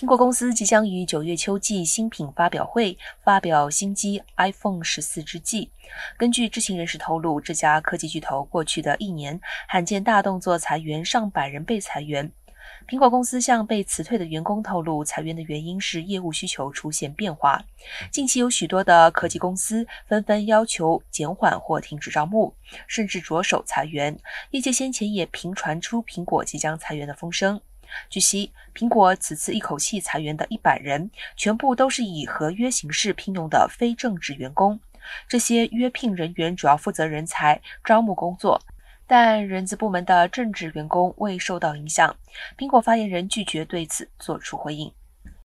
苹果公司即将于9月秋季新品发表会发表新机 iPhone 14之际，根据知情人士透露，这家科技巨头过去的1年罕见大动作裁员上百人被裁员。苹果公司向被辞退的员工透露，裁员的原因是业务需求出现变化。近期有许多的科技公司纷纷要求减缓或停止招募，甚至着手裁员。业界先前也频传出苹果即将裁员的风声。据悉，苹果此次一口气裁员的100人，全部都是以合约形式聘用的非正职员工。这些约聘人员主要负责人才招募工作，但人资部门的正职员工未受到影响。苹果发言人拒绝对此作出回应。